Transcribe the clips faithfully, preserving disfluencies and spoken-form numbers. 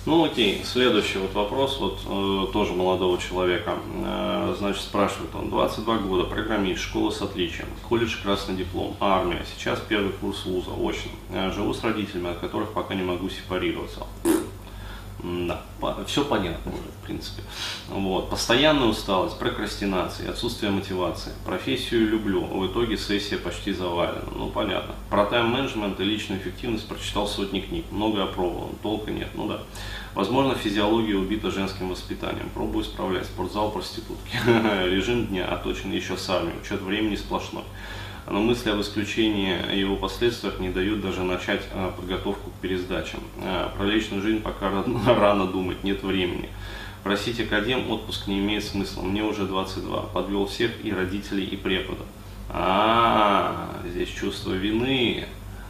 Ну окей, следующий вот вопрос, вот э, тоже молодого человека, э, значит, спрашивает он, двадцать два года, программист, школа с отличием, колледж красный диплом, армия, сейчас первый курс вуза, очно, э, живу с родителями, от которых пока не могу сепарироваться. Да, все понятно уже, в принципе. Вот. Постоянная усталость, прокрастинация, отсутствие мотивации. Профессию люблю, в итоге сессия почти завалена. Ну, понятно. Про тайм-менеджмент и личную эффективность прочитал сотни книг, много опробовал, толка нет, ну да. Возможно, физиология убита женским воспитанием. Пробую исправлять. Спортзал, проститутки. Режим дня оточен еще с армией, учет времени сплошной. Но мысли об исключении и его последствиях не дают даже начать а, подготовку к пересдачам. А, про личную жизнь пока рано, рано думать, нет времени. Просить академ отпуск не имеет смысла, мне уже двадцать два, подвел всех и родителей, и преподов. А, -а, -а здесь чувство вины.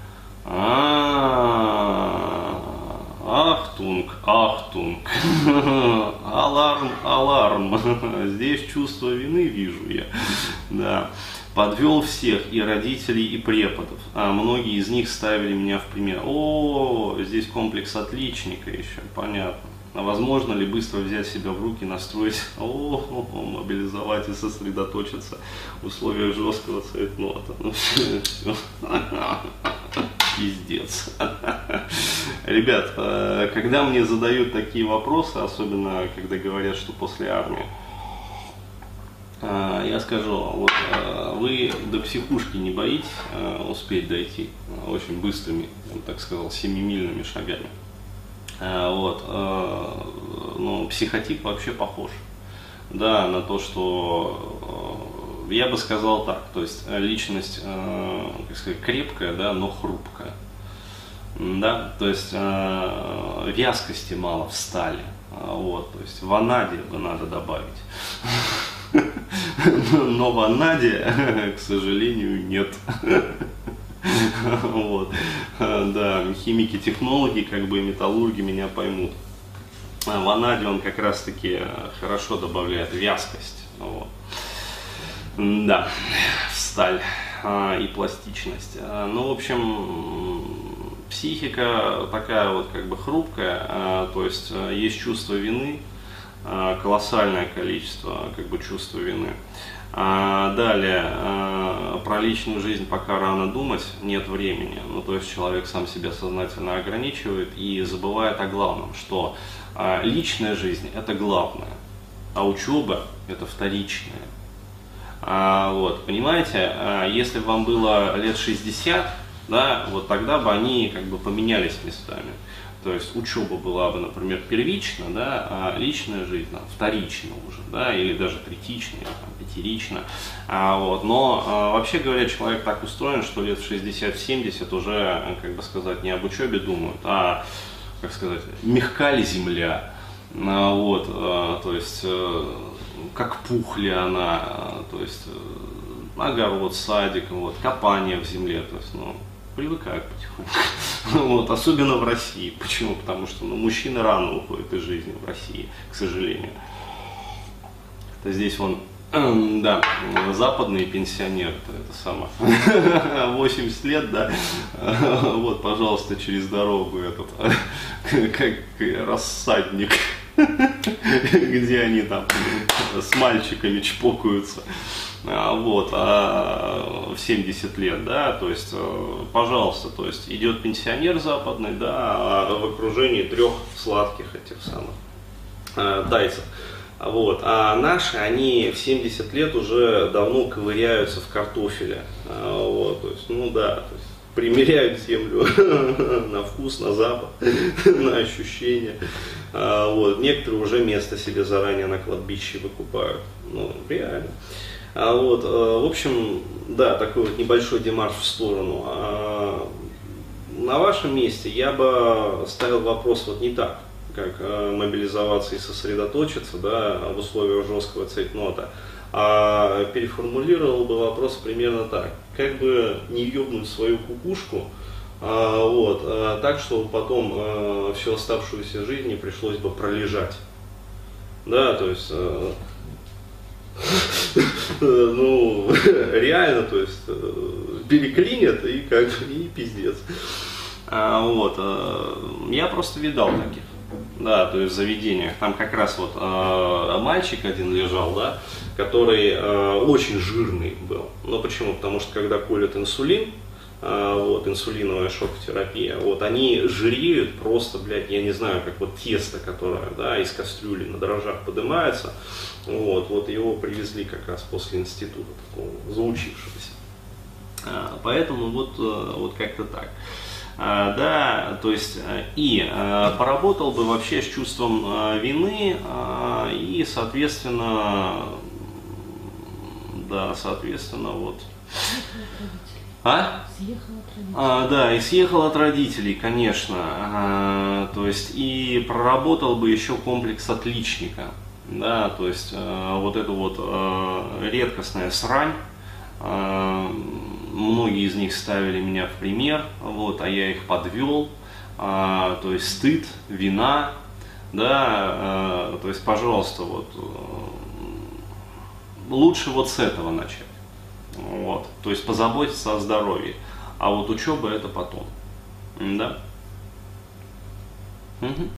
А, -а, -а ахтунг, ахтунг, аларм, аларм. Здесь чувство вины вижу я, да. Подвел всех, и родителей, и преподов. А многие из них ставили меня в пример. О, здесь комплекс отличника еще, понятно. А возможно ли быстро взять себя в руки, настроить, о, -о, -о мобилизовать и сосредоточиться в условиях жесткого цейтнота? Ну все, все. Пиздец. Ребят, когда мне задают такие вопросы, особенно когда говорят, что после армии, я скажу, вот вы до психушки не боитесь успеть дойти очень быстрыми, я бы так сказал, семимильными шагами. Вот, ну, психотип вообще похож, да, на то, что я бы сказал так, то есть личность, как сказать, крепкая, да, но хрупкая, да, то есть вязкости мало в стали, вот, то есть ванадия бы надо добавить. Но ванадия, к сожалению, нет. Вот. Да, химики-технологи, как бы металлурги меня поймут. Ванадий, он как раз таки хорошо добавляет вязкость. Вот. Да, сталь и пластичность. Ну, в общем, психика такая вот как бы хрупкая, то есть есть чувство вины, колоссальное количество как бы чувства вины. А далее, а, про личную жизнь пока рано думать, нет времени. Ну, то есть человек сам себя сознательно ограничивает и забывает о главном, что а, личная жизнь это главное, а учеба это вторичное. А, вот, понимаете, а, если бы вам было лет шестьдесят, да, вот тогда бы они как бы поменялись местами. То есть учеба была бы, например, первична, да, а личная жизнь там, вторична уже, да, или даже третична, или там, пятерична. А, вот, но а, вообще говоря, человек так устроен, что лет в шестьдесят-семьдесят уже, как бы сказать, не об учебе думают, а, как сказать, мягка ли земля, а, вот, а, то есть, а, как пух ли она, а, то есть, а, огород, садик, вот, копание в земле, то есть, ну, привыкают потихоньку. Вот, особенно в России. Почему? Потому что ну, мужчины рано уходят из жизни в России, к сожалению. Это здесь вон, э, да, западные пенсионеры, это самое, восемьдесят лет, да, вот, пожалуйста, через дорогу этот, как рассадник, где они там с мальчиками чпокаются. Вот, а в семьдесят лет, да, то есть, пожалуйста, то есть идет пенсионер западный, да, в окружении трех сладких этих самых тайцев, вот, а наши, они в семьдесят лет уже давно ковыряются в картофеле, вот, то есть, ну да, то есть, примеряют землю на вкус, на запах, на ощущения, вот, некоторые уже место себе заранее на кладбище выкупают, ну, реально. А вот, в общем, да, такой вот небольшой демарш в сторону. А на вашем месте я бы ставил вопрос вот не так, как мобилизоваться и сосредоточиться, да, в условиях жесткого цейтнота, а переформулировал бы вопрос примерно так: как бы не ёбнуть свою кукушку, а, вот, а, так, чтобы потом а, всю оставшуюся жизнь не пришлось бы пролежать, да, то есть... А, ну, реально, то есть, переклинят и как и пиздец. А, вот, а, я просто видал таких. да, то есть в заведениях, там как раз вот э, мальчик один лежал, да, который э, очень жирный был. Ну почему? Потому что когда колют инсулин, э, вот, инсулиновая шокотерапия, вот, они жиреют просто, блядь, я не знаю, как вот тесто, которое, да, из кастрюли на дрожжах поднимается, вот, вот его привезли как раз после института, такого заучившегося. А, поэтому вот, вот как-то так. А, да, то есть и а, поработал бы вообще с чувством а, вины а, и, соответственно, да, соответственно, вот. А? Съехал от родителей. А, да, и съехал от родителей, конечно. А, то есть и проработал бы еще комплекс отличника, да, то есть а, вот эту вот а, редкостная срань. А, многие из них ставили меня в пример, вот, а я их подвел, а, то есть стыд, вина, да, а, то есть, пожалуйста, вот, лучше вот с этого начать, вот, то есть позаботиться о здоровье, а вот учеба это потом, да. Угу.